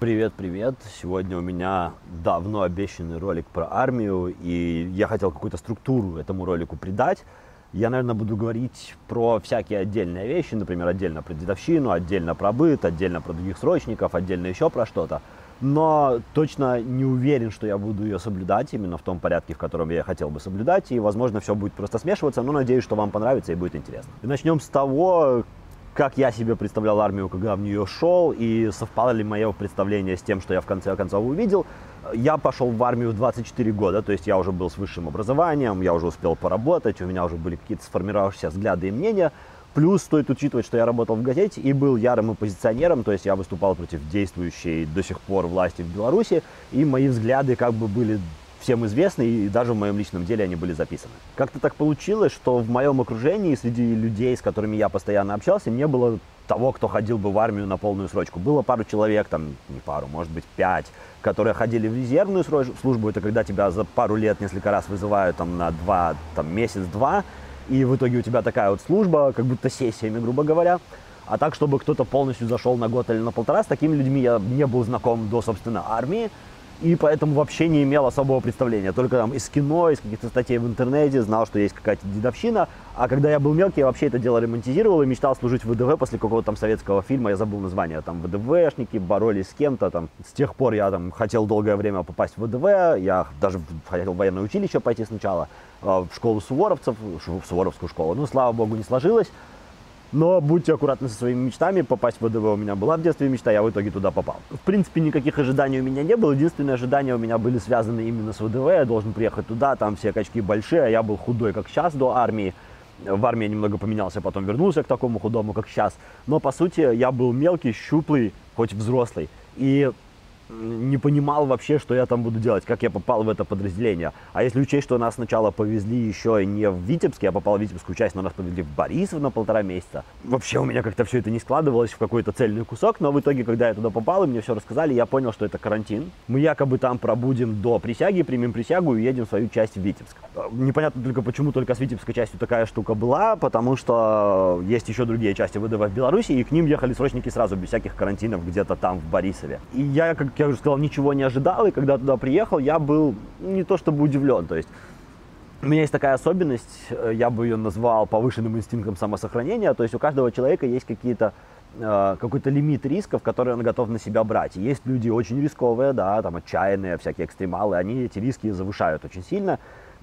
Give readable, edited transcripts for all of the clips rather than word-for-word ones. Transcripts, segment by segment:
Привет, привет! Сегодня у меня давно обещанный ролик про армию, и я хотел какую-то структуру этому ролику придать. Я, наверное, буду говорить про всякие отдельные вещи, например, отдельно про дедовщину, отдельно про быт, отдельно про других срочников, отдельно еще про что-то. Но точно не уверен, что я буду ее соблюдать именно в том порядке, в котором я хотел бы соблюдать, и, возможно, все будет просто смешиваться, но надеюсь, что вам понравится и будет интересно. И начнем с того, как я себе представлял армию, когда в нее шел, и совпало ли мое представление с тем, что я в конце концов увидел. Я пошел в армию в 24 года, то есть я уже был с высшим образованием, я уже успел поработать, у меня уже были какие-то сформировавшиеся взгляды и мнения. Плюс стоит учитывать, что я работал в газете и был ярым оппозиционером, то есть я выступал против действующей до сих пор власти в Беларуси, и мои взгляды как бы были всем известны, и даже в моем личном деле они были записаны. Как-то так получилось, что в моем окружении, среди людей, с которыми я постоянно общался, не было того, кто ходил бы в армию на полную срочку. Было пару человек, там не пару, может быть 5, которые ходили в резервную службу. Это когда тебя за пару лет несколько раз вызывают там, на 2, там, месяц-два, и в итоге у тебя такая вот служба, как будто сессиями, грубо говоря. А так, чтобы кто-то полностью зашел на год или на полтора, с такими людьми я не был знаком до, собственно, армии. И поэтому вообще не имел особого представления. Только там из кино, из каких-то статей в интернете знал, что есть какая-то дедовщина. А когда я был мелкий, я вообще это дело ремонтизировал и мечтал служить в ВДВ после какого-то там советского фильма. Я забыл название. Там ВДВшники боролись с кем-то. Там. С тех пор я там хотел долгое время попасть в ВДВ. Я даже хотел в военное училище пойти сначала. В школу суворовцев, в суворовскую школу. Ну, слава богу, не сложилось. Но будьте аккуратны со своими мечтами, попасть в ВДВ у меня была в детстве мечта, я в итоге туда попал. В принципе, никаких ожиданий у меня не было, единственные ожидания у меня были связаны именно с ВДВ, я должен приехать туда, там все качки большие, а я был худой, как сейчас, до армии. В армии я немного поменялся, потом вернулся к такому худому, как сейчас. Но, по сути, я был мелкий, щуплый, хоть взрослый, и не понимал вообще, что я там буду делать, как я попал в это подразделение. А если учесть, что нас сначала повезли еще не в Витебск, я попал в Витебскую часть, но нас повезли в Борисов на 1,5 месяца. Вообще у меня как-то все это не складывалось в какой-то цельный кусок, но в итоге, когда я туда попал и мне все рассказали, я понял, что это карантин. Мы якобы там пробудем до присяги, примем присягу и уедем в свою часть в Витебск. Непонятно только, почему только с Витебской частью такая штука была, потому что есть еще другие части ВДВ в Беларуси, и к ним ехали срочники сразу, без всяких карантинов, где-то там в Борисове. И я, как я уже сказал, ничего не ожидал, и когда туда приехал, я был не то чтобы удивлен, то есть у меня есть такая особенность, я бы ее назвал повышенным инстинктом самосохранения, то есть у каждого человека есть какой-то лимит рисков, которые он готов на себя брать. И есть люди очень рисковые, да, там отчаянные, всякие экстремалы, они эти риски завышают очень сильно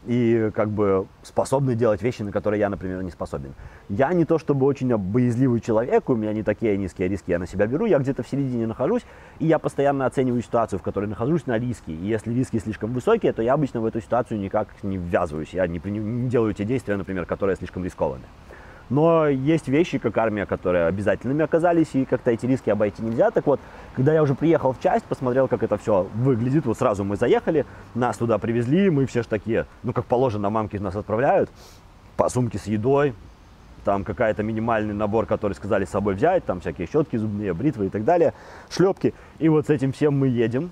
и как бы способны делать вещи, на которые я, например, не способен. Я не то чтобы очень боязливый человек, у меня не такие низкие риски я на себя беру, я где-то в середине нахожусь, и я постоянно оцениваю ситуацию, в которой нахожусь, на риски. И если риски слишком высокие, то я обычно в эту ситуацию никак не ввязываюсь, я не делаю те действия, например, которые слишком рискованные. Но есть вещи, как армия, которые обязательными оказались, и как-то эти риски обойти нельзя. Так вот, когда я уже приехал в часть, посмотрел, как это все выглядит, вот сразу мы заехали, нас туда привезли, мы все ж такие, ну, как положено, мамки нас отправляют, по сумке с едой, там какой-то минимальный набор, который сказали с собой взять, там всякие щетки зубные, бритвы и так далее, шлепки, и вот с этим всем мы едем.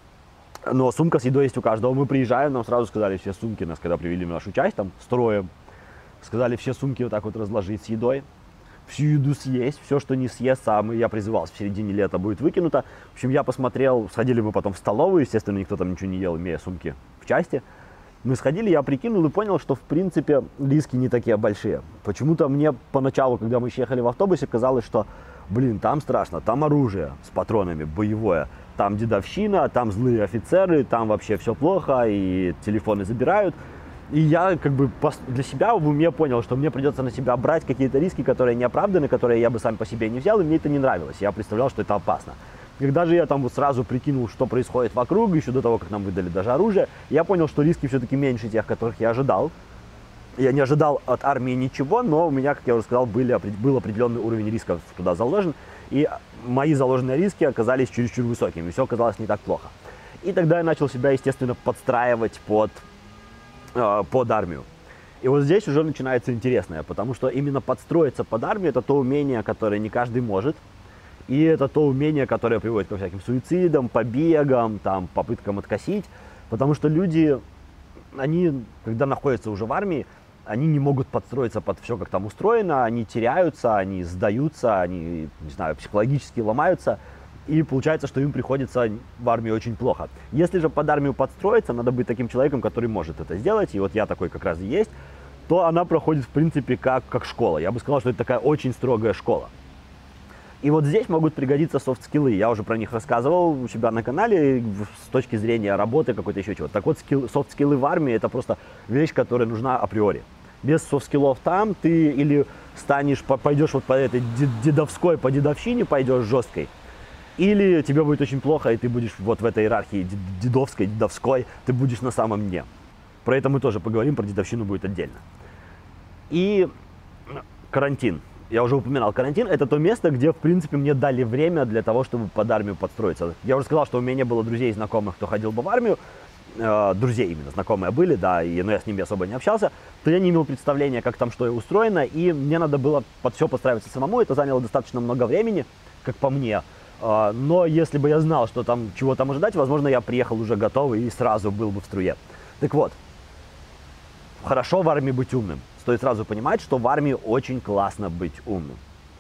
Но сумка с едой есть у каждого, мы приезжаем, нам сразу сказали все сумки, нас когда привели в нашу часть, там, строем, сказали все сумки вот так вот разложить с едой, всю еду съесть, все, что не съест сам, и я призывался, в середине лета будет выкинуто. В общем, я посмотрел, сходили мы потом в столовую, естественно, никто там ничего не ел, имея сумки в части. Мы сходили, я прикинул и понял, что, в принципе, риски не такие большие. Почему-то мне поначалу, когда мы ехали в автобусе, казалось, что, блин, там страшно, там оружие с патронами, боевое, там дедовщина, там злые офицеры, там вообще все плохо, и телефоны забирают. И я как бы для себя в уме понял, что мне придется на себя брать какие-то риски, которые не оправданы, которые я бы сам по себе не взял, и мне это не нравилось. Я представлял, что это опасно. Когда же я там вот сразу прикинул, что происходит вокруг, еще до того, как нам выдали даже оружие, я понял, что риски все-таки меньше тех, которых я ожидал. Я не ожидал от армии ничего, но у меня, как я уже сказал, был определенный уровень рисков туда заложен, и мои заложенные риски оказались чересчур высокими, и все оказалось не так плохо. И тогда я начал себя, естественно, подстраивать под армию. И вот здесь уже начинается интересное, потому что именно подстроиться под армию — это то умение, которое не каждый может, и это то умение, которое приводит ко всяким суицидам, побегам, там, попыткам откосить, потому что люди, они, когда находятся уже в армии, они не могут подстроиться под все, как там устроено, они теряются, они сдаются, они, не знаю, психологически ломаются, и получается, что им приходится в армии очень плохо. Если же под армию подстроиться, надо быть таким человеком, который может это сделать, и вот я такой как раз и есть, то она проходит, в принципе, как школа. Я бы сказал, что это такая очень строгая школа. И вот здесь могут пригодиться софт-скиллы. Я уже про них рассказывал у себя на канале с точки зрения работы какой-то еще чего-то. Так вот, софт-скиллы в армии – это просто вещь, которая нужна априори. Без софт-скиллов там ты или станешь, пойдешь вот по этой дедовской, по дедовщине пойдешь жесткой, или тебе будет очень плохо, и ты будешь вот в этой иерархии дедовской, ты будешь на самом дне. Про это мы тоже поговорим, про дедовщину будет отдельно. И карантин. Я уже упоминал, карантин – это то место, где, в принципе, мне дали время для того, чтобы под армию подстроиться. Я уже сказал, что у меня не было друзей и знакомых, кто ходил бы в армию. Друзей именно, знакомые были, да, но я с ними особо не общался, то я не имел представления, как там что и устроено, и мне надо было под все подстраиваться самому. Это заняло достаточно много времени, как по мне. Но если бы я знал, что там, чего там ожидать, возможно, я приехал уже готовый и сразу был бы в струе. Так вот, хорошо в армии быть умным. Стоит сразу понимать, что в армии очень классно быть умным.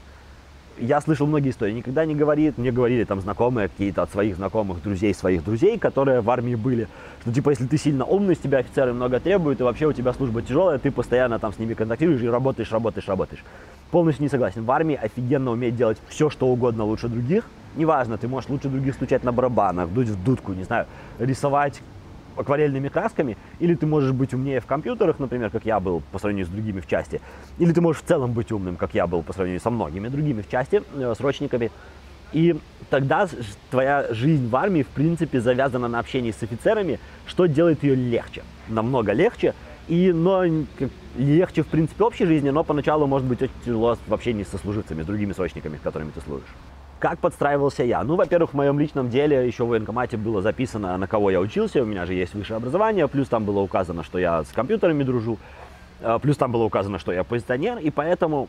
Я слышал многие истории, никогда не говорит, мне говорили там знакомые какие-то от своих знакомых, друзей своих друзей, которые в армии были, что типа если ты сильно умный, с тебя офицеры много требуют, и вообще у тебя служба тяжелая, ты постоянно там с ними контактируешь и работаешь. Полностью не согласен. В армии офигенно уметь делать все, что угодно лучше других. Неважно, ты можешь лучше других стучать на барабанах, дуть в дудку, не знаю, рисовать акварельными красками, или ты можешь быть умнее в компьютерах, например, как я был по сравнению с другими в части, или ты можешь в целом быть умным, как я был по сравнению со многими другими в части, срочниками. И тогда твоя жизнь в армии, в принципе, завязана на общении с офицерами, что делает ее легче, намного легче. Но легче, в принципе, общей жизни, но поначалу может быть очень тяжело в общении со служивцами, с другими срочниками, с которыми ты служишь. Как подстраивался я? Ну, во-первых, в моем личном деле еще в военкомате было записано, на кого я учился, у меня же есть высшее образование, плюс там было указано, что я с компьютерами дружу, плюс там было указано, что я позиционер, и поэтому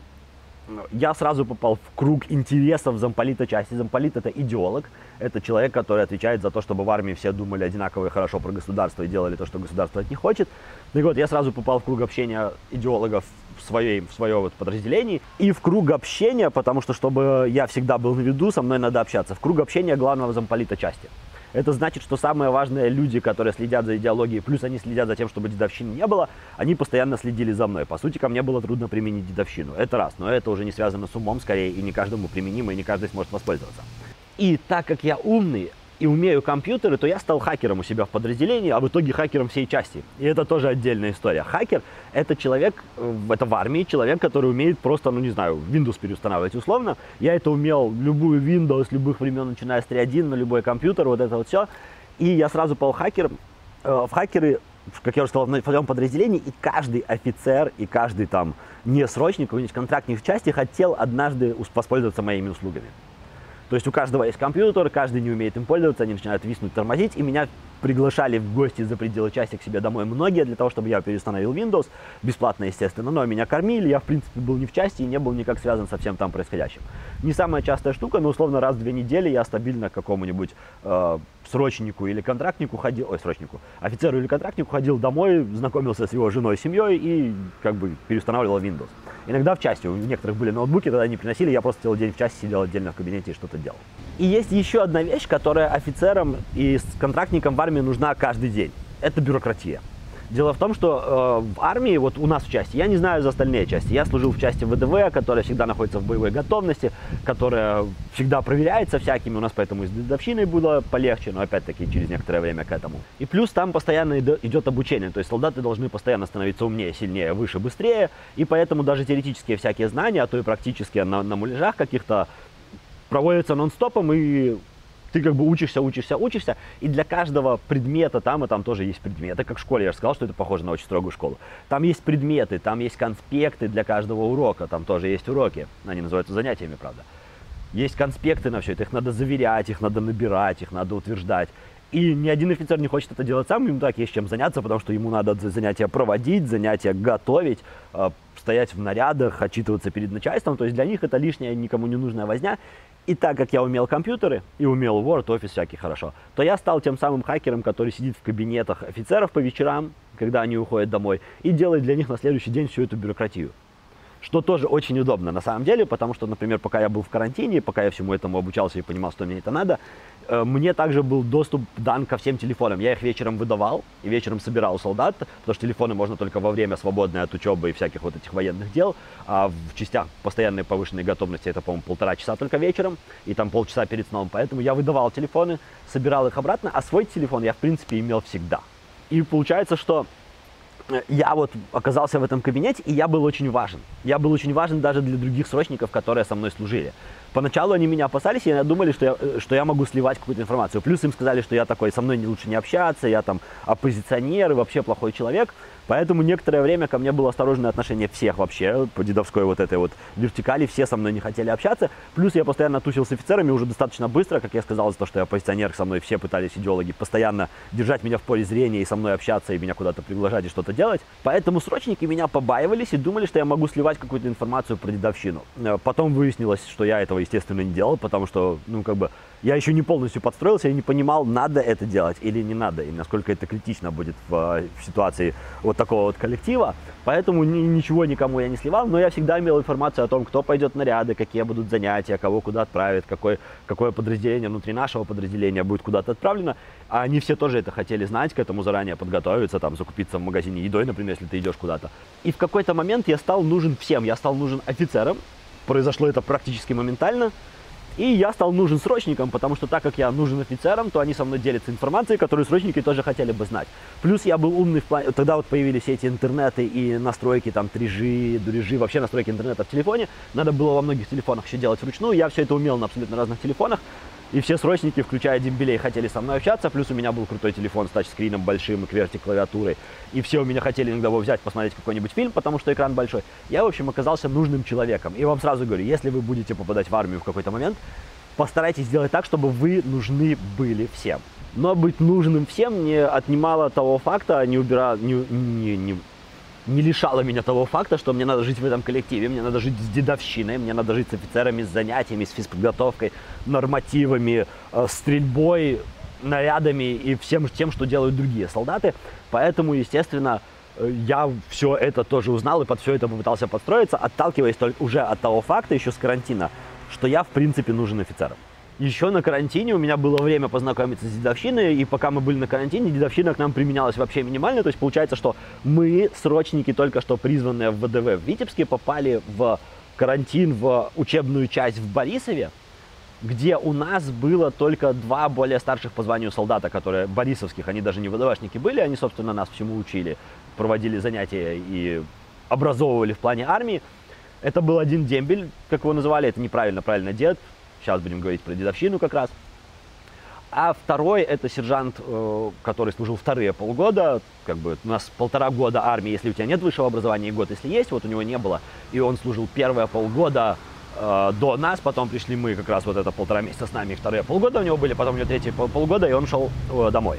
я сразу попал в круг интересов замполита части. Замполит – это идеолог, это человек, который отвечает за то, чтобы в армии все думали одинаково и хорошо про государство и делали то, что государство от них хочет. Так вот, я сразу попал в круг общения идеологов в свое вот подразделение и в круг общения, потому что, чтобы я всегда был на виду, со мной надо общаться, в круг общения главного замполита части. Это значит, что самые важные люди, которые следят за идеологией, плюс они следят за тем, чтобы дедовщины не было, они постоянно следили за мной. По сути, ко мне было трудно применить дедовщину. Это раз, но это уже не связано с умом скорее, и не каждому применимо, и не каждый сможет воспользоваться. И так как я умный и умею компьютеры, то я стал хакером у себя в подразделении, а в итоге хакером всей части. И это тоже отдельная история. Хакер – это человек, это в армии человек, который умеет просто, ну не знаю, Windows переустанавливать условно. Я это умел, любую Windows, любых времен, начиная с 3.1, на любой компьютер, вот это вот все. И я сразу пал хакером. В хакеры, как я уже сказал, в своем подразделении, и каждый офицер, и каждый там не срочник, какой-нибудь контрактник в части хотел однажды воспользоваться моими услугами. То есть у каждого есть компьютер, каждый не умеет им пользоваться, они начинают виснуть, тормозить, и меня приглашали в гости за пределы части к себе домой многие для того, чтобы я переустановил Windows, бесплатно, естественно, но меня кормили, я, в принципе, был не в части и не был никак связан со всем там происходящим. Не самая частая штука, но, условно, раз в 2 недели я стабильно к какому-нибудь срочнику или контрактнику ходил, офицеру или контрактнику ходил домой, знакомился с его женой, семьей и как бы переустанавливал Windows. Иногда в части, у некоторых были ноутбуки, тогда не приносили, я просто целый день в части сидел отдельно в кабинете и что-то делал. И есть еще одна вещь, которая офицерам и контрактникам в армии нужна каждый день. Это бюрократия. Дело в том, что в армии, вот у нас в части, я не знаю за остальные части, я служил в части ВДВ, которая всегда находится в боевой готовности, которая всегда проверяется всякими, у нас поэтому и с дедовщиной было полегче, но опять-таки через некоторое время к этому. И плюс там постоянно идет обучение, то есть солдаты должны постоянно становиться умнее, сильнее, выше, быстрее, и поэтому даже теоретические всякие знания, а то и практические на муляжах каких-то проводятся нон-стопом, и ты как бы учишься, и для каждого предмета там и там тоже есть предметы. Как в школе, я же сказал, что это похоже на очень строгую школу. Там есть предметы, там есть конспекты для каждого урока, там тоже есть уроки. Они называются занятиями, правда. Есть конспекты на все это, их надо заверять, их надо набирать, их надо утверждать. И ни один офицер не хочет это делать сам, ему так есть чем заняться, потому что ему надо занятия проводить, занятия готовить, стоять в нарядах, отчитываться перед начальством. То есть для них это лишняя, никому не нужная возня. И так как я умел компьютеры и умел Word, Office всякий хорошо, то я стал тем самым хакером, который сидит в кабинетах офицеров по вечерам, когда они уходят домой, и делает для них на следующий день всю эту бюрократию. Что тоже очень удобно на самом деле, потому что, например, пока я был в карантине, пока я всему этому обучался и понимал, что мне это надо, мне также был доступ дан ко всем телефонам. Я их вечером выдавал и вечером собирал у солдат, потому что телефоны можно только во время свободное от учебы и всяких вот этих военных дел, а в частях постоянной повышенной готовности это, по-моему, 1,5 часа только вечером и там полчаса перед сном. Поэтому я выдавал телефоны, собирал их обратно, а свой телефон я, в принципе, имел всегда. И получается, что я вот оказался в этом кабинете, и я был очень важен. Я был очень важен даже для других срочников, которые со мной служили. Поначалу они меня опасались, и думали, что я могу сливать какую-то информацию. Плюс им сказали, что я такой, со мной лучше не общаться, я там оппозиционер и вообще плохой человек. Поэтому некоторое время ко мне было осторожное отношение всех вообще, по дедовской вот этой вот вертикали, все со мной не хотели общаться. Плюс я постоянно тусил с офицерами уже достаточно быстро, как я сказал, за то, что я оппозиционер, со мной все пытались идеологи постоянно держать меня в поле зрения и со мной общаться, и меня куда-то приглашать и что-то делать. Поэтому срочники меня побаивались и думали, что я могу сливать какую-то информацию про дедовщину. Потом выяснилось, что я этого, естественно, не делал, потому что, я еще не полностью подстроился, я не понимал, надо это делать или не надо, и насколько это критично будет в ситуации вот такого вот коллектива. Поэтому ничего никому я не сливал, но я всегда имел информацию о том, кто пойдет в наряды, какие будут занятия, кого куда отправят, какое подразделение внутри нашего подразделения будет куда-то отправлено. А они все тоже это хотели знать, к этому заранее подготовиться, там, закупиться в магазине едой, например, если ты идешь куда-то. И в какой-то момент я стал нужен всем, я стал нужен офицерам, произошло это практически моментально. И я стал нужен срочникам, потому что так как я нужен офицерам, то они со мной делятся информацией, которую срочники тоже хотели бы знать. Плюс я был умный в плане... Тогда вот появились все эти интернеты и настройки там 3G, 2G, вообще настройки интернета в телефоне. Надо было во многих телефонах еще делать вручную. Я все это умел на абсолютно разных телефонах. И все срочники, включая дембелей, хотели со мной общаться. Плюс у меня был крутой телефон с тачскрином большим и QWERTY-клавиатурой. И все у меня хотели иногда его взять, посмотреть какой-нибудь фильм, потому что экран большой. Я, в общем, оказался нужным человеком. И вам сразу говорю, если вы будете попадать в армию в какой-то момент, постарайтесь сделать так, чтобы вы нужны были всем. Но быть нужным всем не отнимало того факта, не лишало меня того факта, что мне надо жить в этом коллективе, мне надо жить с дедовщиной, мне надо жить с офицерами, с занятиями, с физподготовкой, нормативами, стрельбой, нарядами и всем тем, что делают другие солдаты. Поэтому, естественно, я все это тоже узнал и под все это попытался подстроиться, отталкиваясь только уже от того факта, еще с карантина, что я, в принципе, нужен офицерам. Еще на карантине у меня было время познакомиться с дедовщиной, и пока мы были на карантине, дедовщина к нам применялась вообще минимально. То есть получается, что мы, срочники, только что призванные в ВДВ в Витебске, попали в карантин, в учебную часть в Борисове, где у нас было только 2 более старших по званию солдата, которые борисовских, они даже не ВДВшники были, они, собственно, нас всему учили, проводили занятия и образовывали в плане армии. Это был один дембель, как его называли, это неправильно, правильно дед. Сейчас будем говорить про дедовщину как раз. А второй это сержант, который служил вторые полгода. Как бы у нас 1,5 года армии, если у тебя нет высшего образования, и год, если есть, вот у него не было. И он служил первые полгода до нас, потом пришли мы, как раз вот это 1,5 месяца с нами, вторые полгода у него были, потом у него третьи полгода, и он шел домой.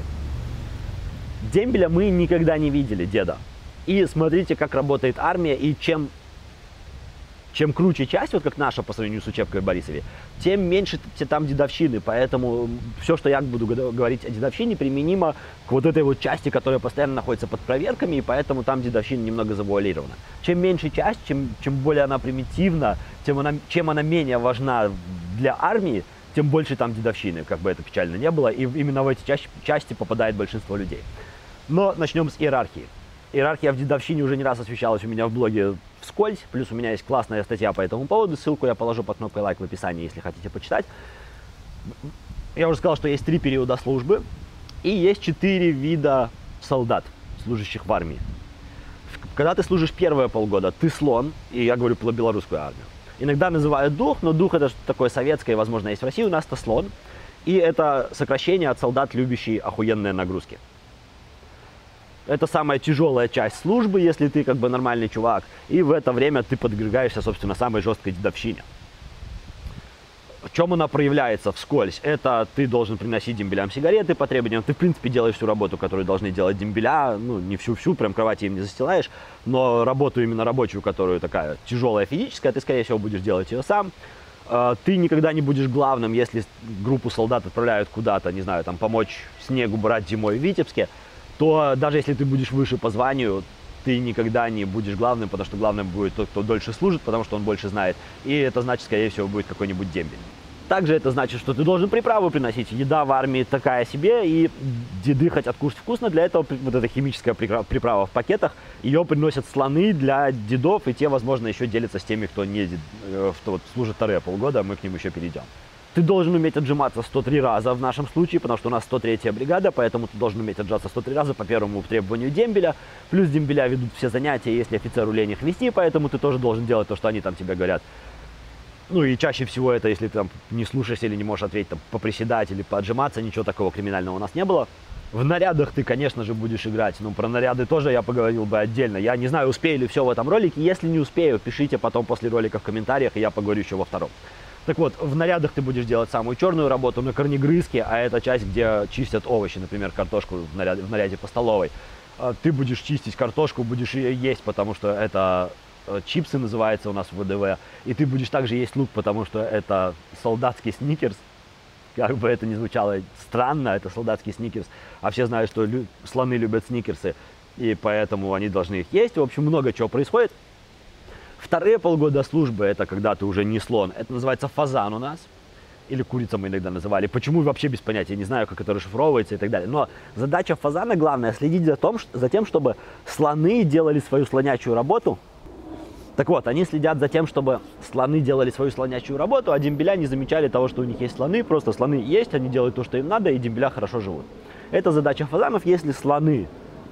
Дембеля мы никогда не видели, деда. И смотрите, как работает армия, и чем круче часть, вот как наша по сравнению с учебкой в Борисове, тем меньше там дедовщины. Поэтому все, что я буду говорить о дедовщине, применимо к вот этой вот части, которая постоянно находится под проверками, и поэтому там дедовщина немного завуалирована. Чем меньше часть, чем более она примитивна, чем она менее важна для армии, тем больше там дедовщины, как бы это печально не было. И именно в эти части попадает большинство людей. Но начнем с иерархии. Иерархия в дедовщине уже не раз освещалась у меня в блоге вскользь, плюс у меня есть классная статья по этому поводу, ссылку я положу под кнопкой лайк в описании, если хотите почитать. Я уже сказал, что есть 3 периода службы и есть 4 вида солдат, служащих в армии. Когда ты служишь первые полгода, ты слон, и я говорю про белорусскую армию. Иногда называют дух, но дух это что-то такое советское, возможно, есть в России, у нас это слон. И это сокращение от солдат, любящий охуенные нагрузки. Это самая тяжелая часть службы, если ты как бы нормальный чувак. И в это время ты подвергаешься, собственно, самой жесткой дедовщине. В чем она проявляется вскользь? Это ты должен приносить дембелям сигареты по требованиям. Ты, в принципе, делаешь всю работу, которую должны делать дембеля. Ну, не всю-всю, прям кровати им не застилаешь. Но работу именно рабочую, которую такая тяжелая физическая, ты, скорее всего, будешь делать ее сам. Ты никогда не будешь главным, если группу солдат отправляют куда-то, не знаю, там помочь снегу брать зимой в Витебске. То даже если ты будешь выше по званию, ты никогда не будешь главным, потому что главным будет тот, кто дольше служит, потому что он больше знает. И это значит, скорее всего, будет какой-нибудь дембель. Также это значит, что ты должен приправу приносить. Еда в армии такая себе, и деды хотят кушать вкусно. Для этого вот эта химическая приправа в пакетах, ее приносят слоны для дедов, и те, возможно, еще делятся с теми, кто не кто вот служит вторые полгода, мы к ним еще перейдем. Ты должен уметь отжиматься 103 раза в нашем случае, потому что у нас 103-я бригада, поэтому ты должен уметь отжаться 103 раза по первому требованию дембеля. Плюс дембеля ведут все занятия, если офицеру лень их вести, поэтому ты тоже должен делать то, что они там тебе говорят. Ну и чаще всего это, если ты там не слушаешься или не можешь ответить, там, поприседать или поотжиматься, ничего такого криминального у нас не было. В нарядах ты, конечно же, будешь играть. Ну, про наряды тоже я поговорил бы отдельно. Я не знаю, успею ли все в этом ролике. Если не успею, пишите потом после ролика в комментариях, и я поговорю еще во втором. Так вот, в нарядах ты будешь делать самую черную работу на корнегрызке, а это часть, где чистят овощи, например, картошку в наряде по столовой. Ты будешь чистить картошку, будешь ее есть, потому что это чипсы называется у нас в ВДВ, и ты будешь также есть лук, потому что это солдатский сникерс. Как бы это ни звучало странно, это солдатский сникерс, а все знают, что слоны любят сникерсы, и поэтому они должны их есть. В общем, много чего происходит. Вторые полгода службы, это когда ты уже не слон, это называется фазан у нас, или курица мы иногда называли. Почему, вообще без понятия, не знаю, как это расшифровывается и так далее. Но задача фазана главная следить за тем, чтобы слоны делали свою слонячую работу. Так вот, они следят за тем, чтобы слоны делали свою слонячую работу, а дембеля не замечали того, что у них есть слоны. Просто слоны есть, они делают то, что им надо, и дембеля хорошо живут. Это задача фазанов, если слоны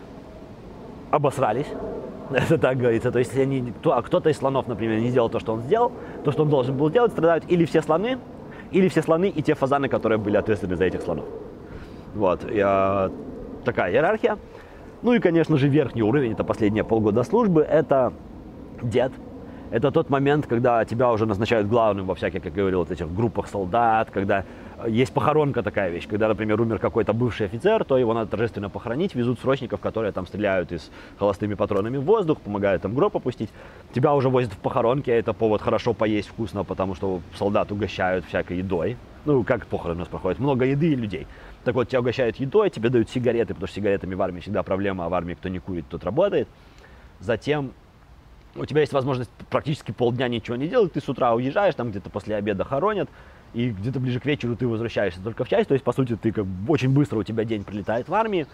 обосрались, это так говорится. То есть, если кто-то из слонов, например, не сделал то, что он сделал, то, что он должен был делать, страдают или все слоны и те фазаны, которые были ответственны за этих слонов. Вот, такая иерархия. Ну и, конечно же, верхний уровень, это последние полгода службы, это дед. Это тот момент, когда тебя уже назначают главным во всяких, как я говорил, вот этих группах солдат, когда есть похоронка такая вещь, когда, например, умер какой-то бывший офицер, то его надо торжественно похоронить, везут срочников, которые там стреляют из холостыми патронами в воздух, помогают там гроб опустить. Тебя уже возят в похоронке, это повод хорошо поесть вкусно, потому что солдат угощают всякой едой. Ну, как похороны у нас проходят, много еды и людей. Так вот, тебя угощают едой, тебе дают сигареты, потому что сигаретами в армии всегда проблема, а в армии кто не курит, тот работает. Затем у тебя есть возможность практически полдня ничего не делать, ты с утра уезжаешь, там где-то после обеда хоронят, и где-то ближе к вечеру ты возвращаешься только в часть, то есть, по сути, ты очень быстро у тебя день прилетает в армии,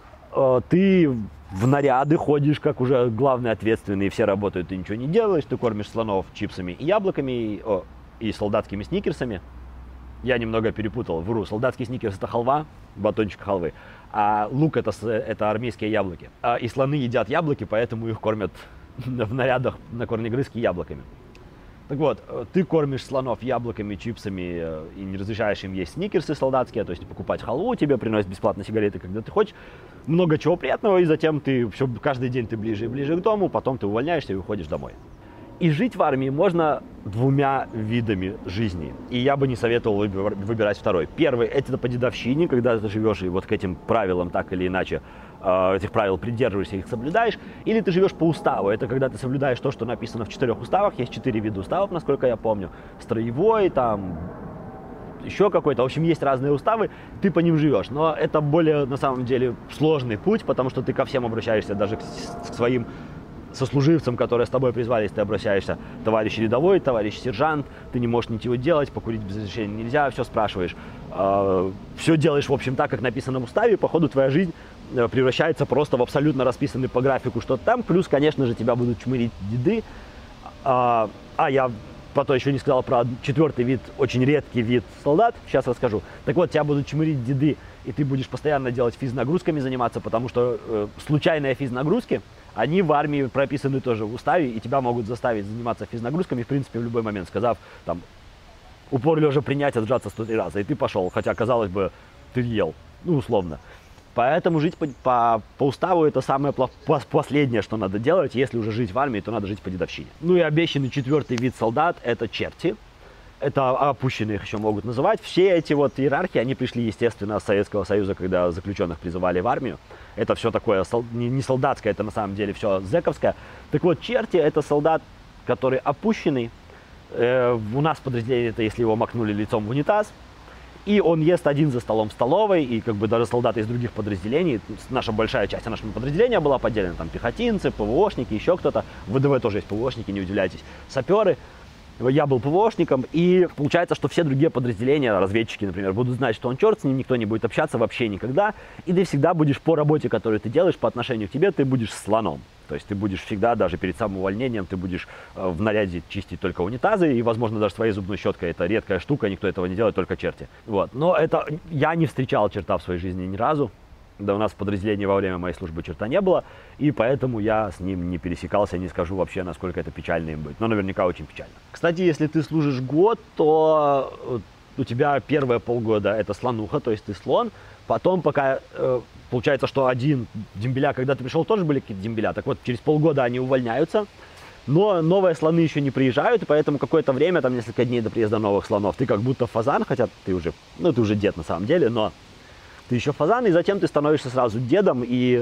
ты в наряды ходишь, как уже главный ответственный, все работают, ты ничего не делаешь, ты кормишь слонов чипсами и яблоками, и солдатскими сникерсами. Я немного перепутал, вру, солдатский сникерс это халва, батончик халвы, а лук это армейские яблоки. И слоны едят яблоки, поэтому их кормят в нарядах на корнегрызке яблоками. Так вот, ты кормишь слонов яблоками, чипсами и не разрешаешь им есть сникерсы солдатские, то есть покупать халву, тебе приносят бесплатно сигареты, когда ты хочешь. Много чего приятного, и затем каждый день ты ближе и ближе к дому, потом ты увольняешься и уходишь домой. И жить в армии можно двумя видами жизни. И я бы не советовал выбирать второй. Первый – это по дедовщине, когда ты живешь и вот к этим правилам так или иначе этих правил придерживаешься, их соблюдаешь. Или ты живешь по уставу. Это когда ты соблюдаешь то, что написано в 4 уставах. Есть 4 вида уставов, насколько я помню. Строевой, там, еще какой-то. В общем, есть разные уставы, ты по ним живешь. Но это более, на самом деле, сложный путь, потому что ты ко всем обращаешься, даже к своим сослуживцам, которые с тобой призвались, ты обращаешься: товарищ рядовой, товарищ сержант, ты не можешь ничего делать, покурить без разрешения нельзя, все спрашиваешь. Все делаешь, в общем, так, как написано в уставе, по ходу твоя жизнь превращается просто в абсолютно расписанный по графику что-то там, плюс, конечно же, тебя будут чмырить деды. Я потом еще не сказал про 4-й вид, очень редкий вид солдат, сейчас расскажу. Так вот, тебя будут чмырить деды, и ты будешь постоянно делать физнагрузками заниматься, потому что случайные физнагрузки, они в армии прописаны тоже в уставе, и тебя могут заставить заниматься физнагрузками, в принципе, в любой момент, сказав, там, упор лежа принять, отжаться 103 раза, и ты пошел, хотя, казалось бы, ты ел, ну, условно. Поэтому жить по уставу это самое последнее, что надо делать. Если уже жить в армии, то надо жить по дедовщине. Ну и обещанный 4-й вид солдат – это черти. Это опущенные их еще могут называть. Все эти вот иерархии, они пришли, естественно, с Советского Союза, когда заключенных призывали в армию. Это все такое не солдатское, это на самом деле все зэковское. Так вот, черти – это солдат, который опущенный. У нас в подразделении это если его макнули лицом в унитаз. И он ест один за столом в столовой, и как бы даже солдаты из других подразделений, наша большая часть нашего подразделения была поделена, там пехотинцы, ПВОшники, еще кто-то, в ВДВ тоже есть ПВОшники, не удивляйтесь, саперы. Я был ПВОшником, и получается, что все другие подразделения, разведчики, например, будут знать, что он черт с ним, никто не будет общаться вообще никогда, и ты всегда будешь по работе, которую ты делаешь, по отношению к тебе, ты будешь слоном. То есть ты будешь всегда, даже перед самым увольнением, ты будешь в наряде чистить только унитазы, и, возможно, даже своей зубной щеткой. Это редкая штука, никто этого не делает, только черти. Вот. Но это я не встречал черта в своей жизни ни разу. Да, у нас в подразделении во время моей службы черта не было, и поэтому я с ним не пересекался, не скажу вообще, насколько это печально им быть. Но наверняка очень печально. Кстати, если ты служишь год, то у тебя первые полгода это слонуха, то есть ты слон. Потом пока получается, что один дембеля, когда ты пришел, тоже были какие-то дембеля. Так вот, через полгода они увольняются. Но новые слоны еще не приезжают, и поэтому какое-то время, там несколько дней до приезда новых слонов, ты как будто фазан, хотя ты уже дед на самом деле, но ты еще фазан, и затем ты становишься сразу дедом, и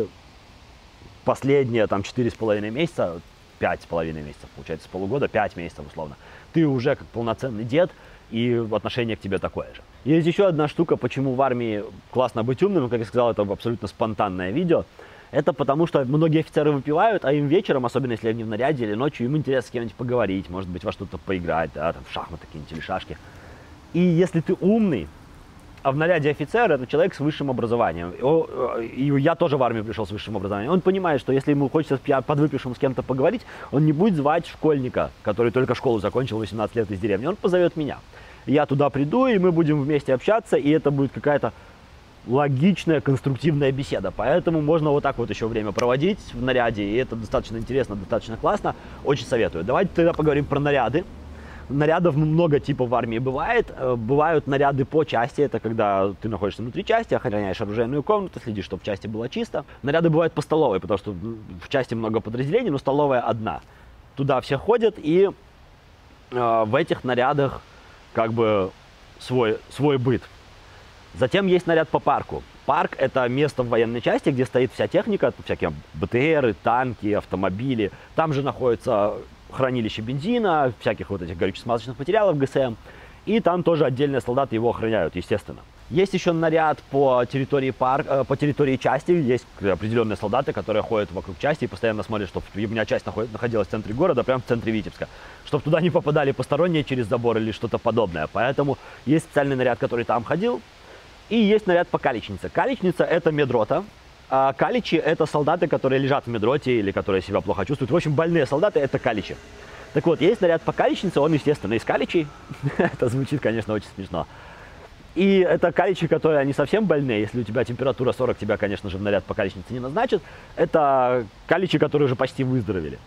последние там 4,5 месяца, 5,5 месяцев, получается, с полугода, 5 месяцев условно, ты уже как полноценный дед, и отношение к тебе такое же. Есть еще одна штука, почему в армии классно быть умным, как я сказал, это абсолютно спонтанное видео. Это потому, что многие офицеры выпивают, а им вечером, особенно если они в наряде или ночью, им интересно с кем-нибудь поговорить, может быть, во что-то поиграть, да, там, в шахматы какие-нибудь или шашки. И если ты умный, а в наряде офицер это человек с высшим образованием. И я тоже в армию пришел с высшим образованием. Он понимает, что если ему хочется подвыпившим с кем-то поговорить, он не будет звать школьника, который только школу закончил 18 лет из деревни. Он позовет меня. Я туда приду, и мы будем вместе общаться, и это будет какая-то логичная, конструктивная беседа. Поэтому можно вот так вот еще время проводить в наряде, и это достаточно интересно, достаточно классно. Очень советую. Давайте тогда поговорим про наряды. Нарядов много типов в армии бывает. Бывают наряды по части, это когда ты находишься внутри части, охраняешь оружейную комнату, следишь, чтобы в части было чисто. Наряды бывают по столовой, потому что в части много подразделений, но столовая одна. Туда все ходят, и в этих нарядах как бы свой быт. Затем есть наряд по парку. Парк – это место в военной части, где стоит вся техника, всякие БТРы, танки, автомобили. Там же находится хранилище бензина, всяких вот этих горюче-смазочных материалов ГСМ. И там тоже отдельные солдаты его охраняют, естественно. Есть еще наряд по территории по территории части. Есть определенные солдаты, которые ходят вокруг части и постоянно смотрят, чтобы у меня часть находилась в центре города, прямо в центре Витебска, чтобы туда не попадали посторонние через забор или что-то подобное. Поэтому есть специальный наряд, который там ходил. И есть наряд по каличнице. Каличница – это медрота. А каличи – это солдаты, которые лежат в медроте или которые себя плохо чувствуют. В общем, больные солдаты – это каличи. Так вот, есть наряд по каличнице, он, естественно, из каличей. Это звучит, конечно, очень смешно. И это каличи, которые они совсем больные. Если у тебя температура 40, тебя, конечно же, в наряд по каличнице не назначат. Это каличи, которые уже почти выздоровели.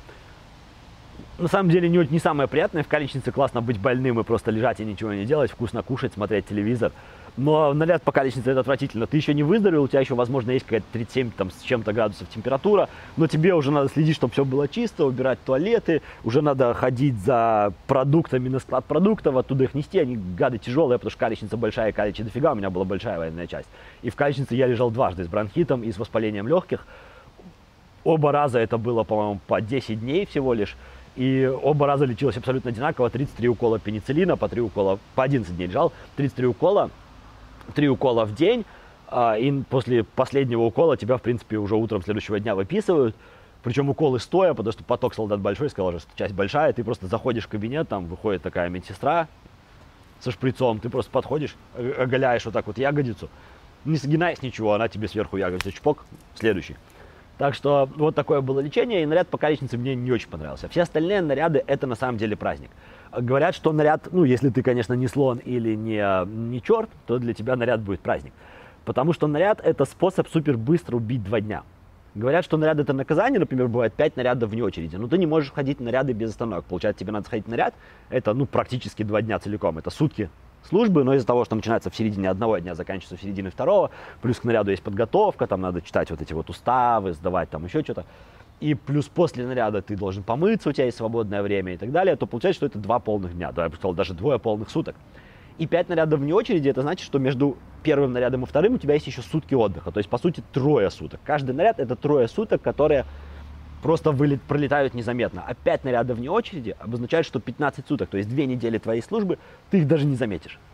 На самом деле не самое приятное. В каличнице классно быть больным и просто лежать и ничего не делать, вкусно кушать, смотреть телевизор. Но наряд по каличнице это отвратительно. Ты еще не выздоровел, у тебя еще, возможно, есть какая-то 37 там, с чем-то градусов температура, но тебе уже надо следить, чтобы все было чисто, убирать туалеты, уже надо ходить за продуктами на склад продуктов, оттуда их нести, они гады тяжелые, потому что каличница большая, каличи дофига, у меня была большая военная часть. И в каличнице я лежал дважды с бронхитом и с воспалением легких. Оба раза это было, по-моему, по 10 дней всего лишь. И оба раза лечилось абсолютно одинаково. 33 укола пенициллина, по 11 дней лежал, 33 укола. 3 укола в день, и после последнего укола тебя, в принципе, уже утром следующего дня выписывают. Причем уколы стоя, потому что поток солдат большой, сказал, что часть большая. Ты просто заходишь в кабинет, там выходит такая медсестра со шприцом, ты просто подходишь, оголяешь вот так вот ягодицу, не сгинаясь ничего, она тебе сверху ягодицу чпок, следующий. Так что вот такое было лечение, и наряд по каличнице мне не очень понравился. Все остальные наряды – это на самом деле праздник. Говорят, что наряд, ну, если ты, конечно, не слон или не черт, то для тебя наряд будет праздник. Потому что наряд – это способ супер быстро убить 2 дня. Говорят, что наряд – это наказание, например, бывает 5 нарядов вне очереди, но ты не можешь ходить в наряды без остановок. Получается, тебе надо сходить в наряд, это, ну, практически 2 дня целиком, это сутки службы, но из-за того, что начинается в середине одного дня, заканчивается в середине второго, плюс к наряду есть подготовка, там надо читать вот эти вот уставы, сдавать там еще что-то, и плюс после наряда ты должен помыться, у тебя есть свободное время и так далее, то получается, что это 2 полных дня, да, я бы сказал, даже 2 полных суток. И 5 нарядов вне очереди, это значит, что между первым нарядом и вторым у тебя есть еще сутки отдыха, то есть, по сути, 3 суток. Каждый наряд – это 3 суток, которые просто пролетают незаметно. А 5 нарядов вне очереди обозначает, что 15 суток, то есть 2 недели твоей службы, ты их даже не заметишь.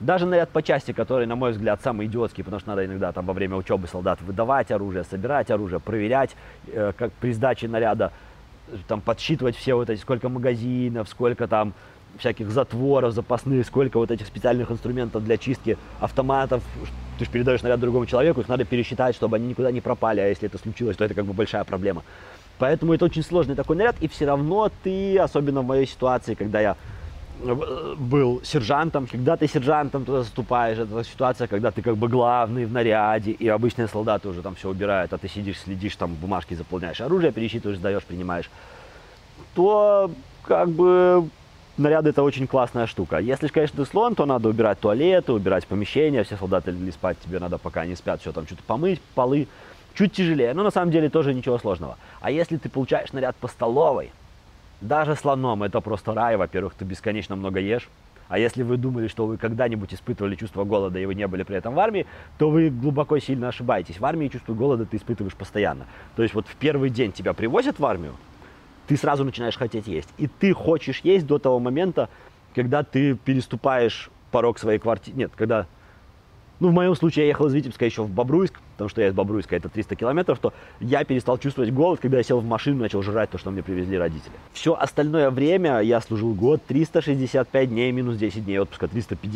Даже наряд по части, который, на мой взгляд, самый идиотский, потому что надо иногда там во время учебы солдат выдавать оружие, собирать оружие, проверять, как при сдаче наряда, там подсчитывать все вот эти, сколько магазинов, сколько там всяких затворов запасных, сколько вот этих специальных инструментов для чистки автоматов. Ты же передаешь наряд другому человеку, их надо пересчитать, чтобы они никуда не пропали, а если это случилось, то это как бы большая проблема. Поэтому это очень сложный такой наряд, и все равно ты, особенно в моей ситуации, когда я был сержантом, когда ты сержантом туда заступаешь, это ситуация, когда ты как бы главный в наряде, и обычные солдаты уже там все убирают, а ты сидишь, следишь, там бумажки заполняешь, оружие пересчитываешь, сдаешь, принимаешь, то как бы наряд это очень классная штука. Если же, конечно, ты слон, то надо убирать туалеты, убирать помещения, все солдаты легли спать, тебе надо, пока они спят, все там что-то помыть, полы. Чуть тяжелее, но на самом деле тоже ничего сложного. А если ты получаешь наряд по столовой, даже слоном это просто рай. Во-первых, ты бесконечно много ешь. А если вы думали, что вы когда-нибудь испытывали чувство голода, и вы не были при этом в армии, то вы глубоко сильно ошибаетесь. В армии чувство голода ты испытываешь постоянно. То есть вот в первый день тебя привозят в армию, ты сразу начинаешь хотеть есть. И ты хочешь есть до того момента, когда ты переступаешь порог своей квартиры. Нет, когда... Ну, в моем случае я ехал из Витебска еще в Бобруйск, потому что я из Бобруйска, это 300 километров, то я перестал чувствовать голод, когда я сел в машину и начал жрать то, что мне привезли родители. Все остальное время я служил год, 365 дней минус 10 дней отпуска,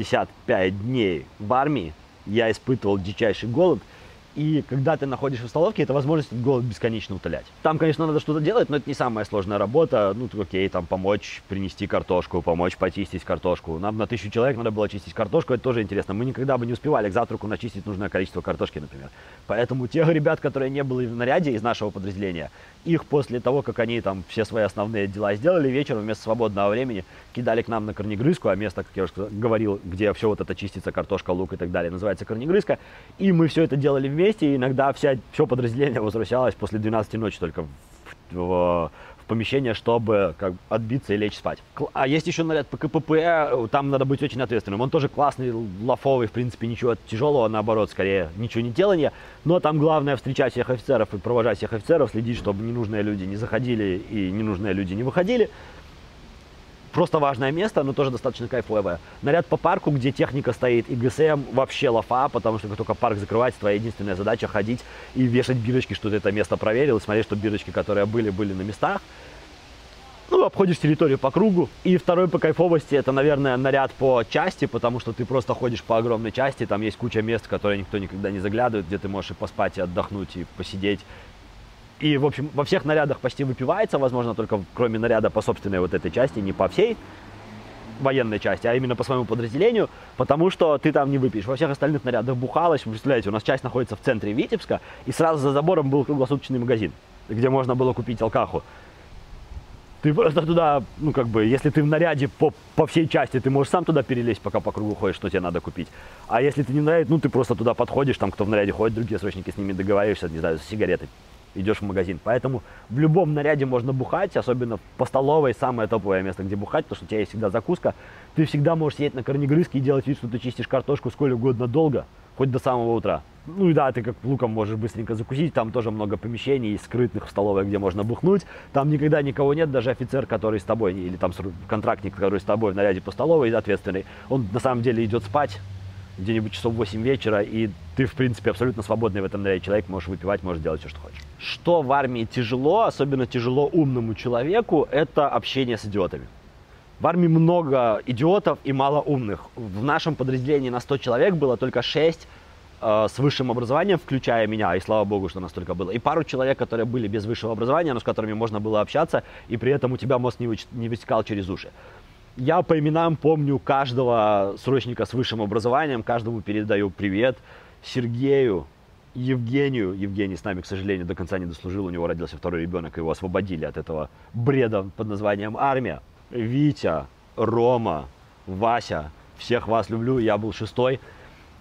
355 дней в армии. Я испытывал дичайший голод. И когда ты находишься в столовке, это возможность этот голод бесконечно утолять. Там, конечно, надо что-то делать, но это не самая сложная работа. Ну, окей, там помочь принести картошку, помочь почистить картошку. Нам на 1000 человек надо было чистить картошку, это тоже интересно. Мы никогда бы не успевали к завтраку начистить нужное количество картошки, например. Поэтому тех ребят, которые не были в наряде из нашего подразделения, их после того, как они там все свои основные дела сделали, вечером вместо свободного времени кидали к нам на корнегрызку, а место, как я уже говорил, где все вот это чистится, картошка, лук и так далее, называется корнегрызка. И мы все это делали вместе, и иногда все подразделение возвращалось после 12 ночи только в помещение, чтобы как отбиться и лечь спать. А есть еще наряд по КПП, там надо быть очень ответственным. Он тоже классный, лафовый, в принципе, ничего тяжелого, наоборот, скорее, ничего не делания. Но там главное встречать всех офицеров и провожать всех офицеров, следить, чтобы ненужные люди не заходили и ненужные люди не выходили. Просто важное место, но тоже достаточно кайфовое. Наряд по парку, где техника стоит и ГСМ, вообще лафа, потому что как только парк закрывается, твоя единственная задача ходить и вешать бирочки, что ты это место проверил, и смотреть, что бирочки, которые были на местах. Ну, обходишь территорию по кругу. И второй по кайфовости, это, наверное, наряд по части, потому что ты просто ходишь по огромной части, там есть куча мест, в которые никто никогда не заглядывает, где ты можешь и поспать, и отдохнуть, и посидеть. И, в общем, во всех нарядах почти выпивается, возможно, только кроме наряда по собственной вот этой части, не по всей военной части, а именно по своему подразделению, потому что ты там не выпьешь. Во всех остальных нарядах бухалось. Вы представляете, у нас часть находится в центре Витебска, и сразу за забором был круглосуточный магазин, где можно было купить алкаху. Ты просто туда, ну как бы, если ты в наряде по всей части, ты можешь сам туда перелезть, пока по кругу ходишь, что тебе надо купить. А если ты не в наряде, ну ты просто туда подходишь, там кто в наряде ходит, другие срочники, с ними договариваешься, не знаю, с сигаретой. Идешь в магазин. Поэтому в любом наряде можно бухать, особенно по столовой, самое топовое место, где бухать, потому что у тебя есть всегда закуска. Ты всегда можешь сидеть на корнегрызке и делать вид, что ты чистишь картошку сколь угодно долго, хоть до самого утра. Ну и да, ты как луком можешь быстренько закусить, там тоже много помещений скрытных в столовой, где можно бухнуть. Там никогда никого нет, даже офицер, который с тобой, или там контрактник, который с тобой в наряде по столовой, ответственный, он на самом деле идет спать где-нибудь часов 8 вечера, и ты, в принципе, абсолютно свободный в этом наряде человек, можешь выпивать, можешь делать все, что хочешь. Что в армии тяжело, особенно тяжело умному человеку, это общение с идиотами. В армии много идиотов и мало умных. В нашем подразделении на 100 человек было только 6 с высшим образованием, включая меня, и слава богу, что нас столько было. И пару человек, которые были без высшего образования, но с которыми можно было общаться, и при этом у тебя мозг не вытекал через уши. Я по именам помню каждого срочника с высшим образованием, каждому передаю привет. Сергею, Евгению. Евгений с нами, к сожалению, до конца не дослужил, у него родился второй ребенок, его освободили от этого бреда под названием армия. Витя, Рома, Вася, всех вас люблю, я был 6-й.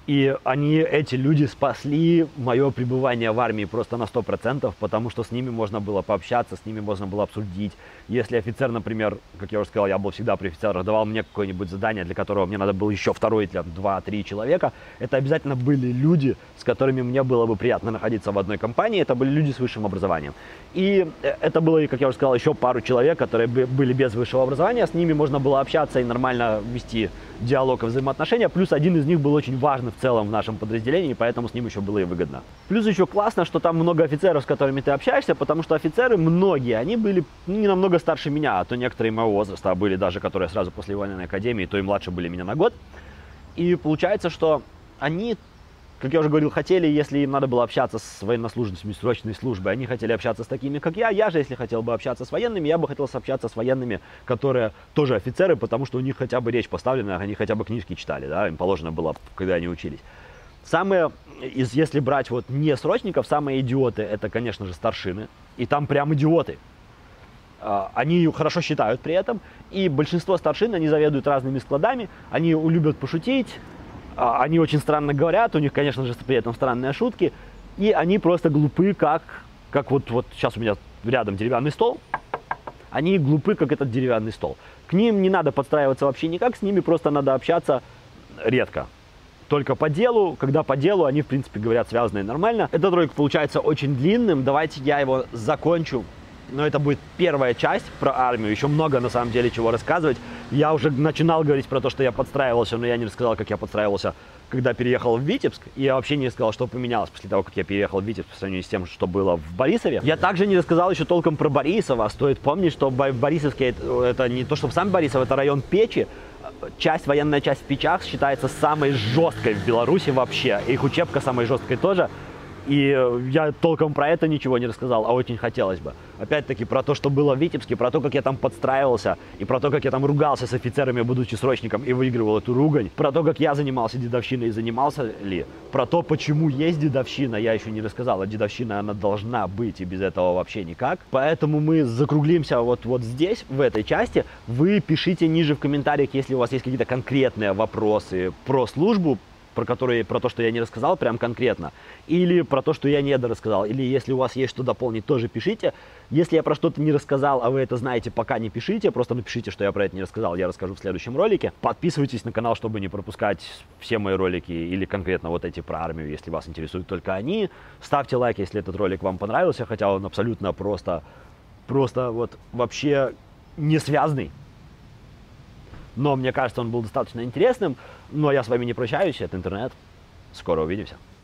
И эти люди спасли мое пребывание в армии просто на 100%, потому что с ними можно было пообщаться, с ними можно было обсудить. Если офицер, например, как я уже сказал, я был всегда при офицерах, давал мне какое-нибудь задание, для которого мне надо было еще второй, 2-3 человека, это обязательно были люди, с которыми мне было бы приятно находиться в одной компании, это были люди с высшим образованием. И это было, как я уже сказал, еще пару человек, которые были без высшего образования, с ними можно было общаться и нормально вести диалог и взаимоотношения, плюс один из них был очень важный в целом в нашем подразделении, поэтому с ним еще было и выгодно. Плюс еще классно, что там много офицеров, с которыми ты общаешься, потому что офицеры, многие, они были не намного старше меня, а то некоторые моего возраста, были даже, которые сразу после военной академии, то и младше были меня на год. И получается, что они, как я уже говорил, хотели, если им надо было общаться с военнослужащими срочной службы, они хотели общаться с такими, как я. Я же, если хотел бы общаться с военными, я бы хотел общаться с военными, которые тоже офицеры, потому что у них хотя бы речь поставлена, они хотя бы книжки читали, да, им положено было, когда они учились. Если брать вот не срочников, самые идиоты, это, конечно же, старшины. И там прям идиоты. Они хорошо считают при этом. И большинство старшин, они заведуют разными складами, они любят пошутить. Они очень странно говорят, у них, конечно же, при этом странные шутки. И они просто глупы, как вот сейчас у меня рядом деревянный стол. Они глупы, как этот деревянный стол. К ним не надо подстраиваться вообще никак, с ними просто надо общаться редко. Только по делу, когда по делу, они, в принципе, говорят связано и нормально. Этот ролик получается очень длинным, давайте я его закончу. Но это будет первая часть про армию, еще много на самом деле чего рассказывать. Я уже начинал говорить про то, что я подстраивался, но я не рассказал, как я подстраивался, когда переехал в Витебск. И я вообще не рассказал, что поменялось после того, как я переехал в Витебск по сравнению с тем, что было в Борисове. Я также не рассказал еще толком про Борисово. Стоит помнить, что в Борисовске это не то, что сам Борисов, это район Печи. Военная часть в Печах считается самой жесткой в Беларуси вообще. Их учебка самой жесткой тоже. И я толком про это ничего не рассказал, а очень хотелось бы. Опять-таки про то, что было в Витебске, про то, как я там подстраивался, и про то, как я там ругался с офицерами, будучи срочником, и выигрывал эту ругань. Про то, как я занимался дедовщиной и занимался ли. Про то, почему есть дедовщина, я еще не рассказал. А дедовщина, она должна быть, и без этого вообще никак. Поэтому мы закруглимся вот здесь, в этой части. Вы пишите ниже в комментариях, если у вас есть какие-то конкретные вопросы про службу, про то, что я не рассказал прям конкретно, или про то, что я не дорассказал, или если у вас есть что дополнить, тоже пишите. Если я про что-то не рассказал, а вы это знаете, пока не пишите, просто напишите, что я про это не рассказал, я расскажу в следующем ролике. Подписывайтесь на канал, чтобы не пропускать все мои ролики, или конкретно вот эти про армию, если вас интересуют только они. Ставьте лайк, если этот ролик вам понравился, хотя он абсолютно просто вот вообще не связанный. Но мне кажется, он был достаточно интересным. Но я с вами не прощаюсь, это интернет. Скоро увидимся.